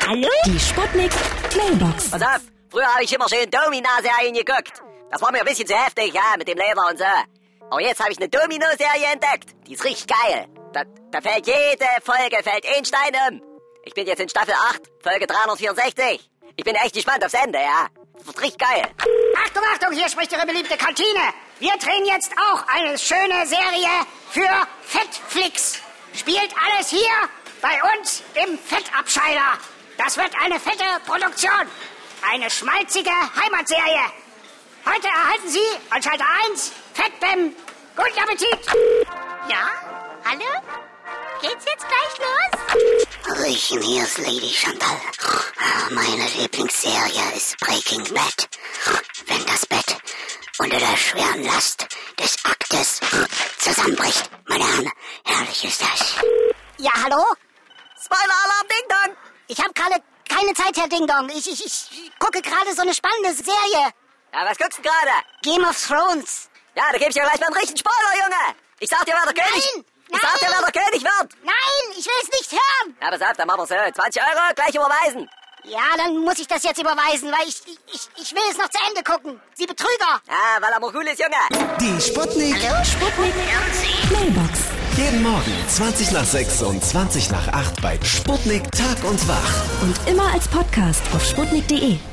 Hallo? Die Sputnik Mailbox. Pass auf, früher habe ich immer schön Domino-Serien geguckt. Das war mir ein bisschen zu heftig, ja, mit dem Leder und so. Aber jetzt habe ich eine Domino-Serie entdeckt. Die ist richtig geil. Da fällt jede Folge ein Stein um. Ich bin jetzt in Staffel 8, Folge 364. Ich bin echt gespannt aufs Ende, ja. Das wird richtig geil. Achtung, Achtung, hier spricht Ihre beliebte Kantine. Wir drehen jetzt auch eine schöne Serie für Fettflix. Spielt alles hier bei uns im Fettabscheider. Das wird eine fette Produktion. Eine schmalzige Heimatserie. Heute erhalten Sie an Schalter 1 Fettbem. Guten Appetit. Ja? Hallo? Geht's jetzt gleich los? Riechen, hier ist Lady Chantal. Meine Lieblingsserie ist Breaking Bad. Wenn das Bett unter der schweren Last des Aktes zusammenbricht, meine Herren, herrlich ist das. Ja, hallo? Spoiler-Alarm, Ding-Dong! Ich habe gerade keine Zeit, Herr Ding Dong. Ich gucke gerade so eine spannende Serie. Ja, was guckst du gerade? Game of Thrones. Ja, da gebe ich dir gleich mal einen richtigen Spoiler, Junge! Ich sag dir, wer der König... Ich sag dir, wer der König wird! Nein, ich will es nicht hören. Ja, pass auf, dann machen wir so. 20 Euro, gleich überweisen. Ja, dann muss ich das jetzt überweisen, weil ich will es noch zu Ende gucken. Sie Betrüger. Ja, weil er mal cool ist, Junge. Die Sputnik Mailbox. Jeden Morgen 20 nach 6 und 20 nach 8 bei Sputnik Tag und Wach. Und immer als Podcast auf sputnik.de.